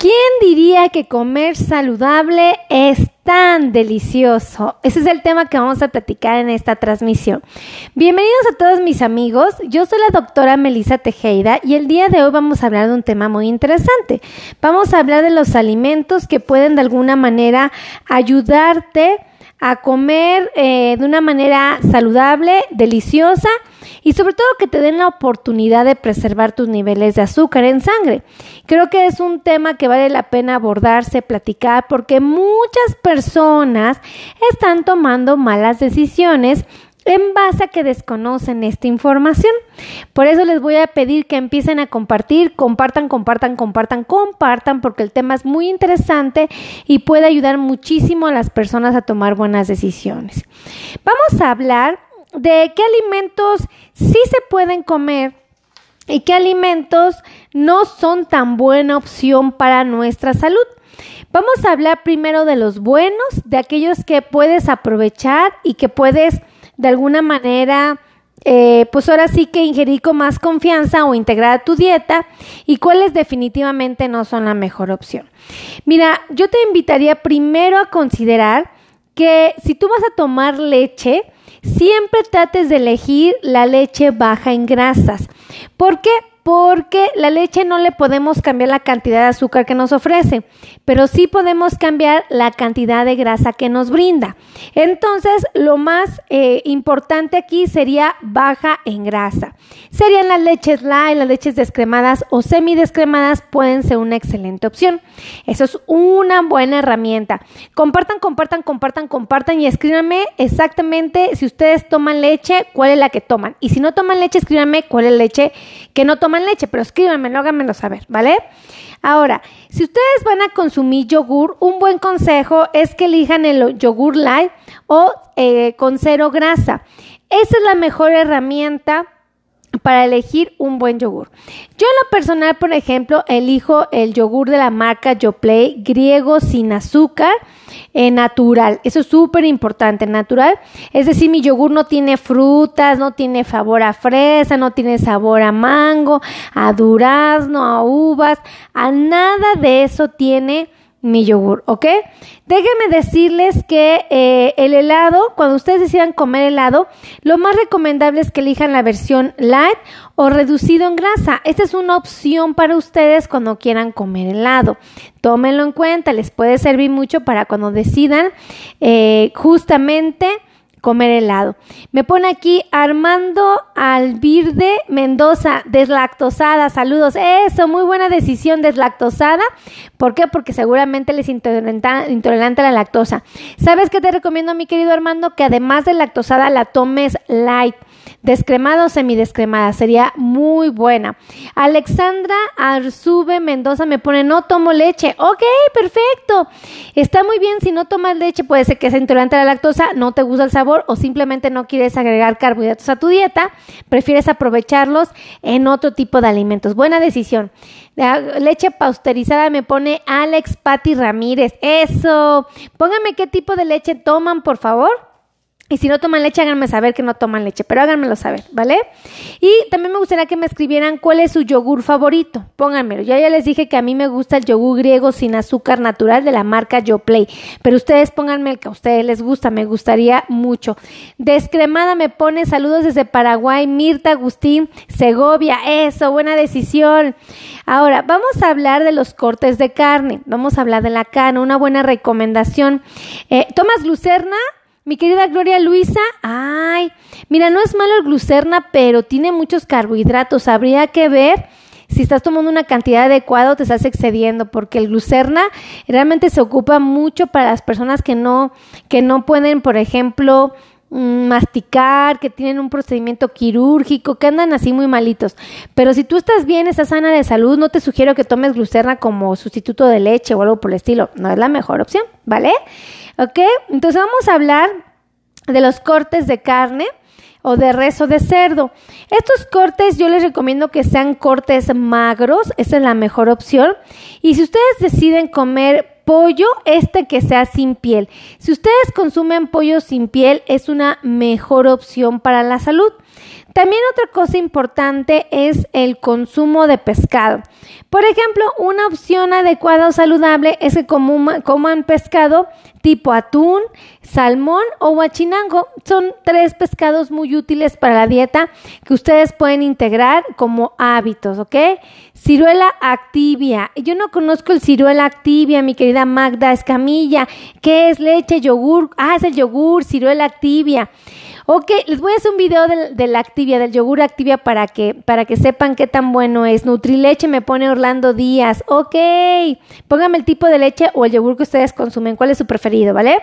¿Quién diría que comer saludable es tan delicioso? Ese es el tema que vamos a platicar en esta transmisión. Bienvenidos a todos mis amigos. Yo soy la doctora Melissa Tejeda y el día de hoy vamos a hablar de un tema muy interesante. Vamos a hablar de los alimentos que pueden de alguna manera ayudarte a comer de una manera saludable, deliciosa y sobre todo que te den la oportunidad de preservar tus niveles de azúcar en sangre. Creo que es un tema que vale la pena abordarse, platicar, porque muchas personas están tomando malas decisiones en base a que desconocen esta información. Por eso les voy a pedir que empiecen a compartir, compartan, porque el tema es muy interesante y puede ayudar muchísimo a las personas a tomar buenas decisiones. Vamos a hablar de qué alimentos sí se pueden comer y qué alimentos no son tan buena opción para nuestra salud. Vamos a hablar primero de los buenos, de aquellos que puedes aprovechar y que puedes de alguna manera, pues ahora sí que ingerir con más confianza o integrar a tu dieta, y cuáles definitivamente no son la mejor opción. Mira, yo te invitaría primero a considerar que si tú vas a tomar leche, siempre trates de elegir la leche baja en grasas. ¿Por qué? Porque la leche no le podemos cambiar la cantidad de azúcar que nos ofrece, pero sí podemos cambiar la cantidad de grasa que nos brinda. Entonces, lo más importante aquí sería baja en grasa. Serían las leches light, las leches descremadas o semidescremadas pueden ser una excelente opción. Eso es una buena herramienta. Compartan y escríbanme exactamente si ustedes toman leche, cuál es la que toman. Y si no toman leche, escríbanme cuál es la leche que no toman leche, pero escríbanmelo, háganmelo saber, ¿vale? Ahora, si ustedes van a consumir yogur, un buen consejo es que elijan el yogur light o con cero grasa. Esa es la mejor herramienta para elegir un buen yogur. Yo en lo personal, por ejemplo, elijo el yogur de la marca Yoplait, griego, sin azúcar, natural. Eso es súper importante, natural. Es decir, mi yogur no tiene frutas, no tiene sabor a fresa, no tiene sabor a mango, a durazno, a uvas, a nada de eso tiene mi yogur, ¿ok? Déjenme decirles que el helado, cuando ustedes decidan comer helado, lo más recomendable es que elijan la versión light o reducido en grasa. Esta es una opción para ustedes cuando quieran comer helado. Tómenlo en cuenta, les puede servir mucho para cuando decidan justamente comer helado. Me pone aquí Armando Alvirde Mendoza, deslactosada, saludos. Eso, muy buena decisión, deslactosada. ¿Por qué? Porque seguramente les intolerante a la lactosa. ¿Sabes qué te recomiendo, mi querido Armando? Que además de lactosada la tomes light, descremada o semidescremada, sería muy buena. Alexandra Arzube Mendoza me pone, no tomo leche. Ok, perfecto. Está muy bien, si no tomas leche, puede ser que sea intolerante a la lactosa, no te gusta el sabor o simplemente no quieres agregar carbohidratos a tu dieta, prefieres aprovecharlos en otro tipo de alimentos. Buena decisión. Leche pasteurizada me pone Alex Patti Ramírez. Eso. Pónganme qué tipo de leche toman, por favor. Y si no toman leche, háganme saber que no toman leche, pero háganmelo saber, ¿vale? Y también me gustaría que me escribieran cuál es su yogur favorito. Pónganmelo. Yo ya les dije que a mí me gusta el yogur griego sin azúcar natural de la marca Yoplait, pero ustedes pónganme el que a ustedes les gusta, me gustaría mucho. Descremada me pone saludos desde Paraguay, Mirta Agustín Segovia. Eso, buena decisión. Ahora, vamos a hablar de los cortes de carne. Vamos a hablar de la carne, una buena recomendación. ¿Tomas glucerna? Mi querida Gloria Luisa, ay, mira, no es malo el glucerna, pero tiene muchos carbohidratos. Habría que ver si estás tomando una cantidad adecuada o te estás excediendo, porque el glucerna realmente se ocupa mucho para las personas que no pueden, por ejemplo, masticar, que tienen un procedimiento quirúrgico, que andan así muy malitos. Pero si tú estás bien, estás sana de salud, no te sugiero que tomes glucerna como sustituto de leche o algo por el estilo. No es la mejor opción, ¿vale? ¿Ok? Entonces vamos a hablar de los cortes de carne o de res o de cerdo. Estos cortes yo les recomiendo que sean cortes magros, esa es la mejor opción. Y si ustedes deciden comer pollo, que sea sin piel. Si ustedes consumen pollo sin piel, es una mejor opción para la salud. También otra cosa importante es el consumo de pescado. Por ejemplo, una opción adecuada o saludable es que coman pescado tipo atún, salmón o huachinango. Son 3 pescados muy útiles para la dieta que ustedes pueden integrar como hábitos, ¿ok? Ciruela activia. Yo no conozco el ciruela activia, mi querida Magda Escamilla. ¿Qué es? Leche, yogur. Es el yogur, ciruela activia. Ok, les voy a hacer un video de la Activia, del yogur Activia para que sepan qué tan bueno es. Nutrileche me pone Orlando Díaz. Ok, pónganme el tipo de leche o el yogur que ustedes consumen. ¿Cuál es su preferido, vale?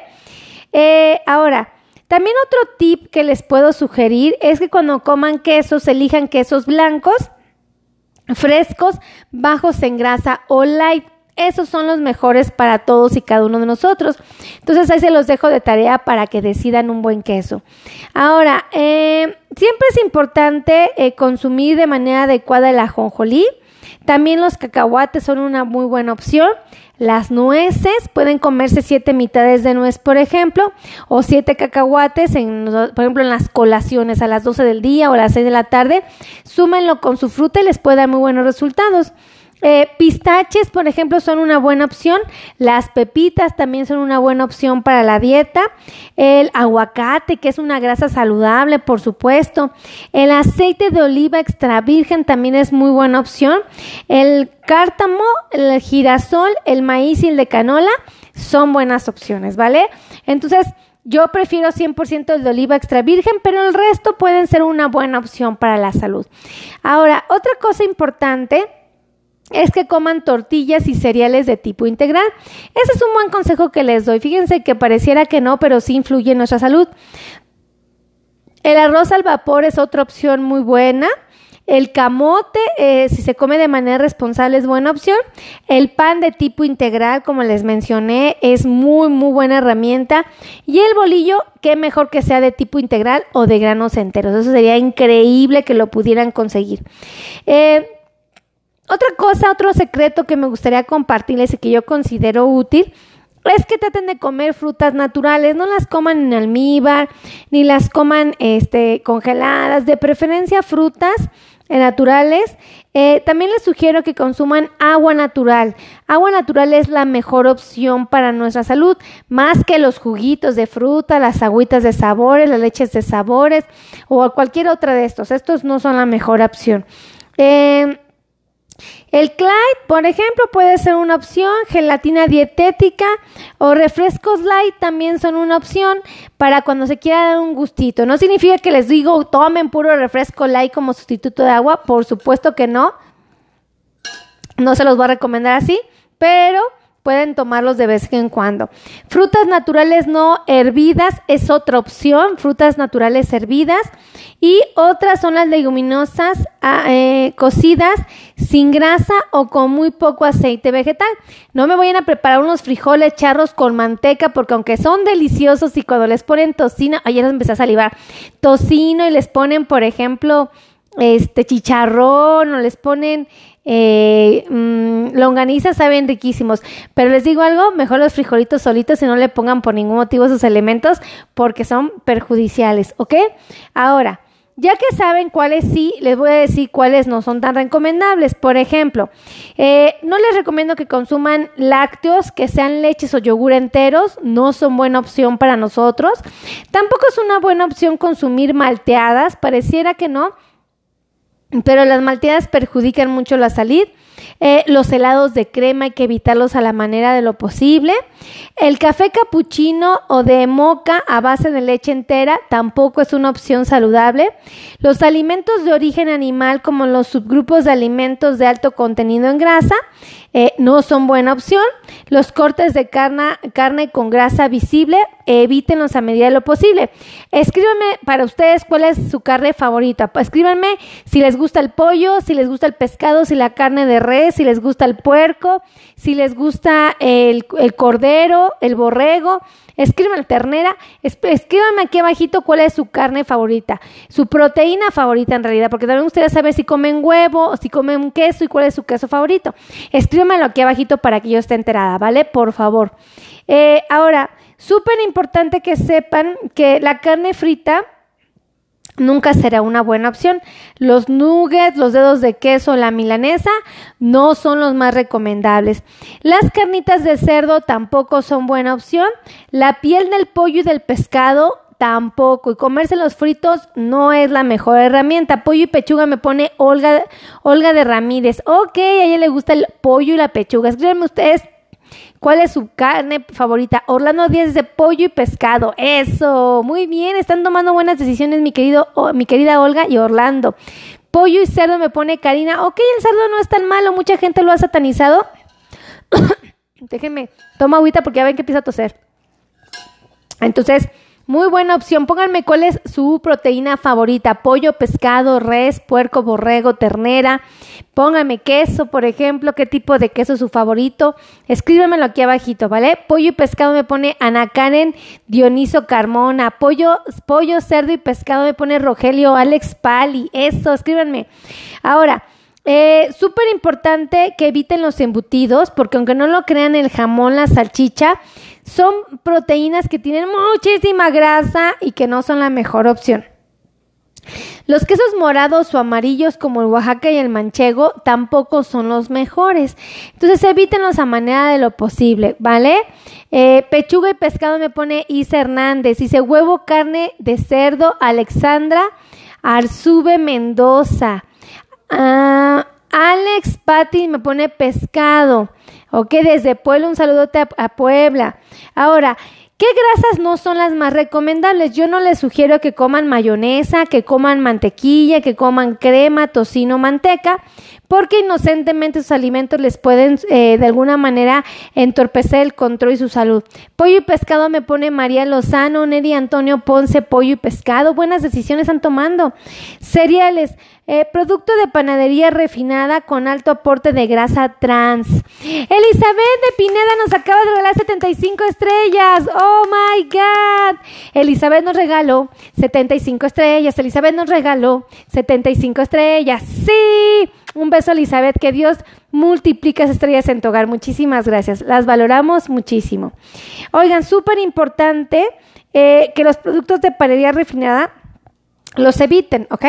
Ahora, también otro tip que les puedo sugerir es que cuando coman quesos, elijan quesos blancos, frescos, bajos en grasa o light. Esos son los mejores para todos y cada uno de nosotros. Entonces ahí se los dejo de tarea para que decidan un buen queso. Ahora, siempre es importante consumir de manera adecuada el ajonjolí. También los cacahuates son una muy buena opción. Las nueces, pueden comerse 7 mitades de nuez, por ejemplo, o 7 cacahuates, por ejemplo, en las colaciones a las 12 del día o a las 6 de la tarde. Súmenlo con su fruta y les puede dar muy buenos resultados. Pistaches, por ejemplo, son una buena opción. Las pepitas también son una buena opción para la dieta. El aguacate, que es una grasa saludable, por supuesto. El aceite de oliva extra virgen también es muy buena opción. El cártamo, el girasol, el maíz y el de canola son buenas opciones, ¿vale? Entonces, yo prefiero 100% el de oliva extra virgen, pero el resto pueden ser una buena opción para la salud. Ahora, otra cosa importante es que coman tortillas y cereales de tipo integral. Ese es un buen consejo que les doy. Fíjense que pareciera que no, pero sí influye en nuestra salud. El arroz al vapor es otra opción muy buena. El camote, si se come de manera responsable, es buena opción. El pan de tipo integral, como les mencioné, es muy, muy buena herramienta. Y el bolillo, qué mejor que sea de tipo integral o de granos enteros. Eso sería increíble que lo pudieran conseguir. Otra cosa, otro secreto que me gustaría compartirles y que yo considero útil es que traten de comer frutas naturales, no las coman en almíbar, ni las coman congeladas, de preferencia frutas naturales. También les sugiero que consuman agua natural. Agua natural es la mejor opción para nuestra salud, más que los juguitos de fruta, las agüitas de sabores, las leches de sabores o cualquier otra de estos. Estos no son la mejor opción. El Clyde, por ejemplo, puede ser una opción. Gelatina dietética o refrescos light también son una opción para cuando se quiera dar un gustito. No significa que les digo tomen puro refresco light como sustituto de agua, por supuesto que no. No se los voy a recomendar así, pero pueden tomarlos de vez en cuando. Frutas naturales no hervidas es otra opción, frutas naturales hervidas. Y otras son las leguminosas cocidas sin grasa o con muy poco aceite vegetal. No me vayan a preparar unos frijoles charros con manteca, porque aunque son deliciosos y cuando les ponen tocino, ayer empecé a salivar, tocino y les ponen, por ejemplo, chicharrón o les ponen longanizas, saben riquísimos, pero les digo algo, mejor los frijolitos solitos y no le pongan por ningún motivo esos elementos porque son perjudiciales, ¿ok? Ahora, ya que saben cuáles sí, les voy a decir cuáles no son tan recomendables. Por ejemplo, no les recomiendo que consuman lácteos, que sean leches o yogur enteros, no son buena opción para nosotros. Tampoco es una buena opción consumir malteadas, pareciera que no, pero las malteadas perjudican mucho la salud. Los helados de crema hay que evitarlos a la manera de lo posible. El café capuchino o de moca a base de leche entera tampoco es una opción saludable. Los alimentos de origen animal, como los subgrupos de alimentos de alto contenido en grasa, no son buena opción. Los cortes de carne con grasa visible, evítenlos a medida de lo posible. Escríbanme para ustedes cuál es su carne favorita. Escríbanme si les gusta el pollo, si les gusta el pescado, si la carne de res, si les gusta el puerco, si les gusta el cordero, el borrego. Escríbanme ternera, escríbanme aquí abajito cuál es su carne favorita, su proteína favorita en realidad, porque también ustedes saben si comen huevo o si comen queso y cuál es su queso favorito. Escríbanmelo aquí abajito para que yo esté enterada, ¿vale? Por favor. Ahora, súper importante que sepan que la carne frita nunca será una buena opción. Los nuggets, los dedos de queso, la milanesa no son los más recomendables. Las carnitas de cerdo tampoco son buena opción. La piel del pollo y del pescado tampoco. Y comerse los fritos no es la mejor herramienta. Pollo y pechuga me pone Olga de Ramírez. Ok, a ella le gusta el pollo y la pechuga. Escríbanme ustedes ¿cuál es su carne favorita? Orlando Díaz de pollo y pescado. Eso, muy bien, están tomando buenas decisiones mi querida Olga y Orlando. Pollo y cerdo me pone Karina. Ok, el cerdo no es tan malo, mucha gente lo ha satanizado. Déjenme, toma agüita porque ya ven que empieza a toser. Entonces, muy buena opción. Pónganme cuál es su proteína favorita. Pollo, pescado, res, puerco, borrego, ternera. Pónganme queso, por ejemplo. ¿Qué tipo de queso es su favorito? Escríbanmelo aquí abajito, ¿vale? Pollo y pescado me pone Ana Karen Dioniso Carmona. Pollo, cerdo y pescado me pone Rogelio Alex Pali. Eso, escríbanme. Ahora, súper importante que eviten los embutidos, porque aunque no lo crean, el jamón, la salchicha, son proteínas que tienen muchísima grasa y que no son la mejor opción. Los quesos morados o amarillos como el Oaxaca y el manchego tampoco son los mejores. Entonces evítenlos a manera de lo posible, ¿vale? Pechuga y pescado me pone Isa Hernández. Dice huevo, carne de cerdo, Alexandra Arzube Mendoza. Alex Patti me pone pescado. Ok, desde Puebla, un saludote a Puebla. Ahora, ¿qué grasas no son las más recomendables? Yo no les sugiero que coman mayonesa, que coman mantequilla, que coman crema, tocino, manteca, porque inocentemente esos alimentos les pueden de alguna manera entorpecer el control y su salud. Pollo y pescado me pone María Lozano, Neri Antonio Ponce, pollo y pescado. Buenas decisiones están tomando. Cereales. Producto de panadería refinada con alto aporte de grasa trans. Elizabeth de Pineda nos acaba de regalar 75 estrellas. Oh my God. Elizabeth nos regaló 75 estrellas. Elizabeth nos regaló 75 estrellas. Sí. Un beso, Elizabeth. Que Dios multiplique esas estrellas en tu hogar. Muchísimas gracias. Las valoramos muchísimo. Oigan, súper importante que los productos de panadería refinada los eviten, ¿ok?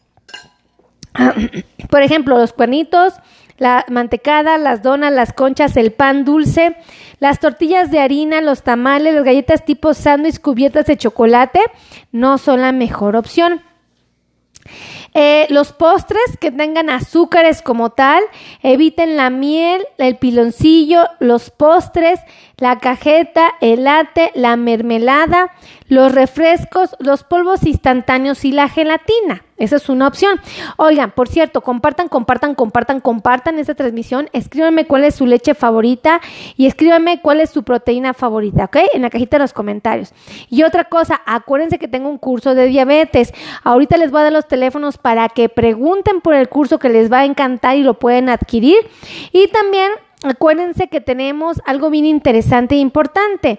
Por ejemplo, los cuernitos, la mantecada, las donas, las conchas, el pan dulce, las tortillas de harina, los tamales, las galletas tipo sándwich cubiertas de chocolate no son la mejor opción. Los postres que tengan azúcares como tal, eviten la miel, el piloncillo, los postres, la cajeta, el latte, la mermelada, los refrescos, los polvos instantáneos y la gelatina. Esa es una opción. Oigan, por cierto, compartan esta transmisión. Escríbanme cuál es su leche favorita y escríbanme cuál es su proteína favorita, ¿ok? En la cajita de los comentarios. Y otra cosa, acuérdense que tengo un curso de diabetes. Ahorita les voy a dar los teléfonos para que pregunten por el curso, que les va a encantar y lo pueden adquirir. Y también acuérdense que tenemos algo bien interesante e importante.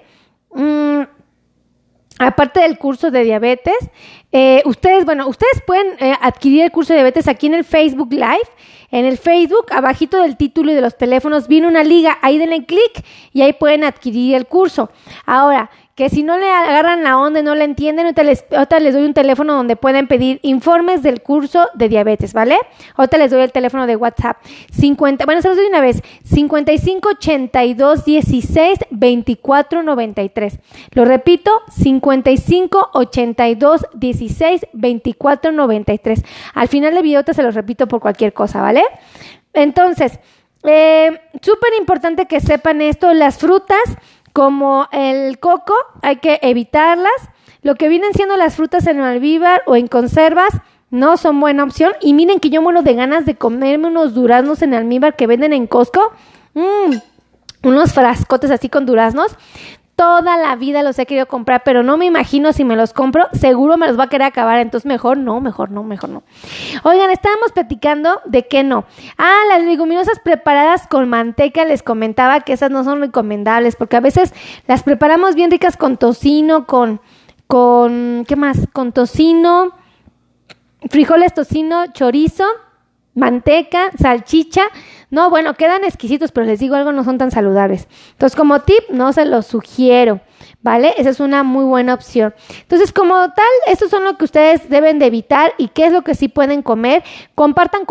Aparte del curso de diabetes, ustedes pueden adquirir el curso de diabetes aquí en el Facebook Live. En el Facebook, abajito del título y de los teléfonos, viene una liga. Ahí denle clic y ahí pueden adquirir el curso. Ahora, que si no le agarran la onda y no le entienden, ahorita les doy un teléfono donde pueden pedir informes del curso de diabetes, ¿vale? Ahorita les doy el teléfono de WhatsApp. Se los doy una vez. 55 82 16 24 93. Lo repito, 55 82 16 24 93. Al final del video se los repito por cualquier cosa, ¿vale? Entonces, súper importante que sepan esto, las frutas como el coco, hay que evitarlas. Lo que vienen siendo las frutas en almíbar o en conservas no son buena opción. Y miren que yo muero de ganas de comerme unos duraznos en almíbar que venden en Costco. Unos frascotes así con duraznos. Toda la vida los he querido comprar, pero no me imagino si me los compro, seguro me los va a querer acabar, entonces mejor no. Oigan, estábamos platicando de que no. Las leguminosas preparadas con manteca, les comentaba que esas no son recomendables, porque a veces las preparamos bien ricas con tocino, ¿qué más? Con tocino, frijoles, tocino, chorizo, manteca, salchicha. No, bueno, quedan exquisitos, pero les digo algo, no son tan saludables. Entonces, como tip, no se los sugiero, ¿vale? Esa es una muy buena opción. Entonces, como tal, estos son lo que ustedes deben de evitar y qué es lo que sí pueden comer. Compartan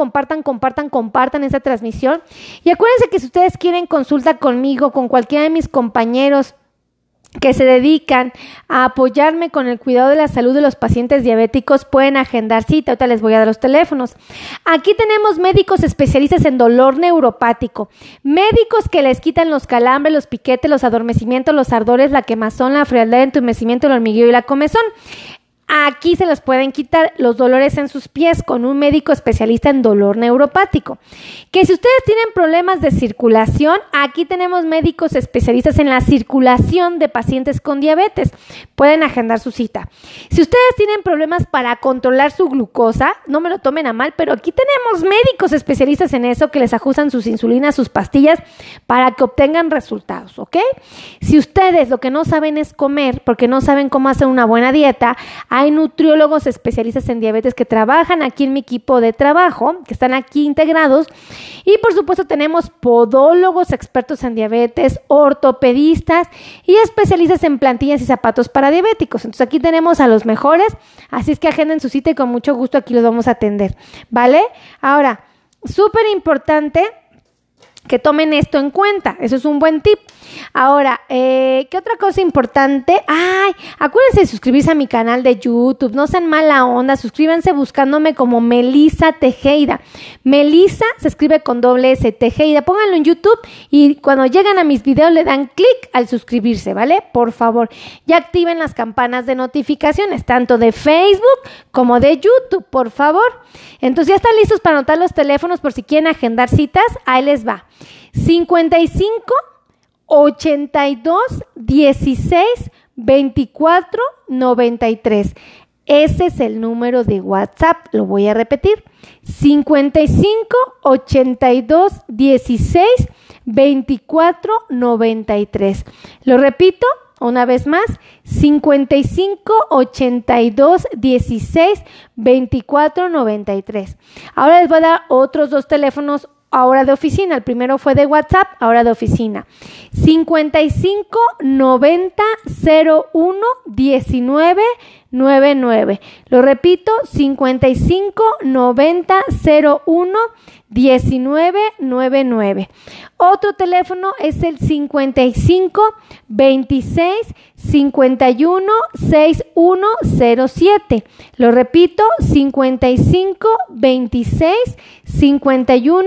esta transmisión. Y acuérdense que si ustedes quieren consulta conmigo, con cualquiera de mis compañeros que se dedican a apoyarme con el cuidado de la salud de los pacientes diabéticos, pueden agendar cita. Ahorita les voy a dar los teléfonos. Aquí tenemos médicos especialistas en dolor neuropático, médicos que les quitan los calambres, los piquetes, los adormecimientos, los ardores, la quemazón, la frialdad, el entumecimiento, el hormigueo y la comezón. Aquí se los pueden quitar los dolores en sus pies con un médico especialista en dolor neuropático. Que si ustedes tienen problemas de circulación, aquí tenemos médicos especialistas en la circulación de pacientes con diabetes. Pueden agendar su cita. Si ustedes tienen problemas para controlar su glucosa, no me lo tomen a mal, pero aquí tenemos médicos especialistas en eso que les ajustan sus insulinas, sus pastillas para que obtengan resultados, ¿ok? Si ustedes lo que no saben es comer, porque no saben cómo hacer una buena dieta, hay nutriólogos especialistas en diabetes que trabajan aquí en mi equipo de trabajo, que están aquí integrados. Y por supuesto tenemos podólogos expertos en diabetes, ortopedistas y especialistas en plantillas y zapatos para diabéticos. Entonces aquí tenemos a los mejores, así es que agenden su cita y con mucho gusto aquí los vamos a atender, ¿vale? Ahora, súper importante que tomen esto en cuenta, eso es un buen tip. Ahora, ¿qué otra cosa importante? Acuérdense de suscribirse a mi canal de YouTube, no sean mala onda, suscríbanse buscándome como Melisa Tejeda. Melisa se escribe con doble S, Tejeda, pónganlo en YouTube y cuando llegan a mis videos le dan clic al suscribirse, ¿vale? Por favor, y activen las campanas de notificaciones, tanto de Facebook como de YouTube, por favor. Entonces ya están listos para anotar los teléfonos por si quieren agendar citas, ahí les va. 55 82 16 24 93. Ese es el número de WhatsApp, lo voy a repetir. 55 82 16 24 93. Lo repito una vez más, 55 82 16 24 93. Ahora les voy a dar otros dos teléfonos ahora de oficina. El primero fue de WhatsApp, ahora de oficina. 55 90 01 19 99. Lo repito, 55 90 01 19 99. Otro teléfono es el 55 26 51 6107. Lo repito, 55 26 51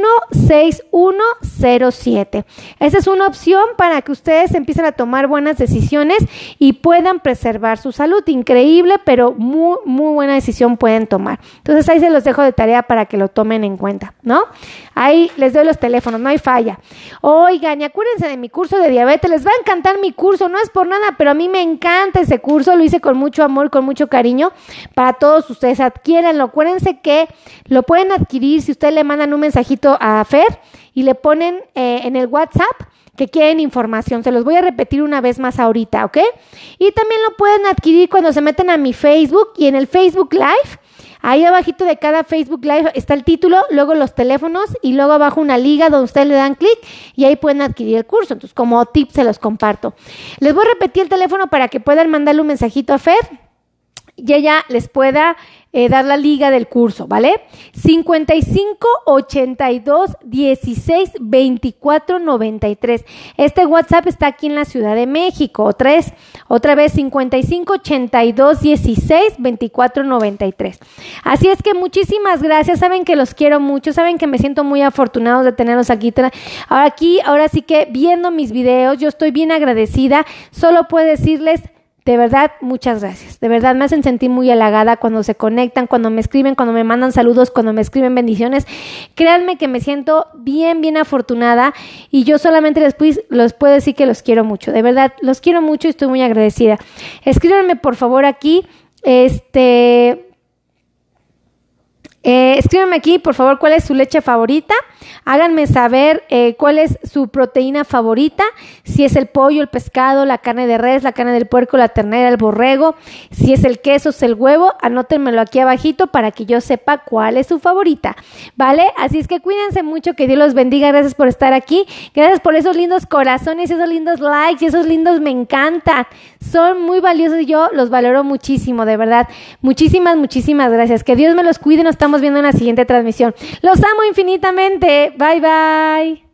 6107. Esa es una opción para que ustedes empiecen a tomar buenas decisiones y puedan preservar su salud. Increíble, pero muy, muy buena decisión pueden tomar. Entonces ahí se los dejo de tarea para que lo tomen en cuenta, ¿no? Ahí les doy los teléfonos, no hay falla. Oigan, y acuérdense de mi curso de diabetes, les va a encantar mi curso, no es por nada, pero a mí me encanta ese curso, lo hice con mucho amor, con mucho cariño, para todos ustedes, adquiéranlo. Acuérdense que lo pueden adquirir si ustedes le mandan un mensajito a Fer y le ponen en el WhatsApp que quieren información. Se los voy a repetir una vez más ahorita, ¿ok? Y también lo pueden adquirir cuando se meten a mi Facebook y en el Facebook Live. Ahí abajito de cada Facebook Live está el título, luego los teléfonos y luego abajo una liga donde ustedes le dan clic y ahí pueden adquirir el curso. Entonces, como tip se los comparto. Les voy a repetir el teléfono para que puedan mandarle un mensajito a Fer y ella les pueda dar la liga del curso, ¿vale? 55 82 16 24 93. Este WhatsApp está aquí en la Ciudad de México. Otra vez 55 82 16 24 93. Así es que muchísimas gracias. Saben que los quiero mucho. Saben que me siento muy afortunado de tenerlos aquí. Ahora sí que viendo mis videos, yo estoy bien agradecida. Solo puedo decirles, de verdad, muchas gracias. De verdad, me hacen sentir muy halagada cuando se conectan, cuando me escriben, cuando me mandan saludos, cuando me escriben bendiciones. Créanme que me siento bien, bien afortunada y yo solamente les puedo decir que los quiero mucho. De verdad, los quiero mucho y estoy muy agradecida. Escríbanme, por favor, aquí, Escríbanme aquí, por favor, cuál es su leche favorita. Háganme saber cuál es su proteína favorita, si es el pollo, el pescado, la carne de res, la carne del puerco, la ternera, el borrego, si es el queso, es el huevo. Anótenmelo aquí abajito para que yo sepa cuál es su favorita, ¿vale? Así es que cuídense mucho, que Dios los bendiga. Gracias por estar aquí, gracias por esos lindos corazones, esos lindos likes y esos lindos me encantan. Son muy valiosos y yo los valoro muchísimo, de verdad. Muchísimas gracias. Que Dios me los cuide. Nos estamos viendo en la siguiente transmisión. Los amo infinitamente. Bye, bye.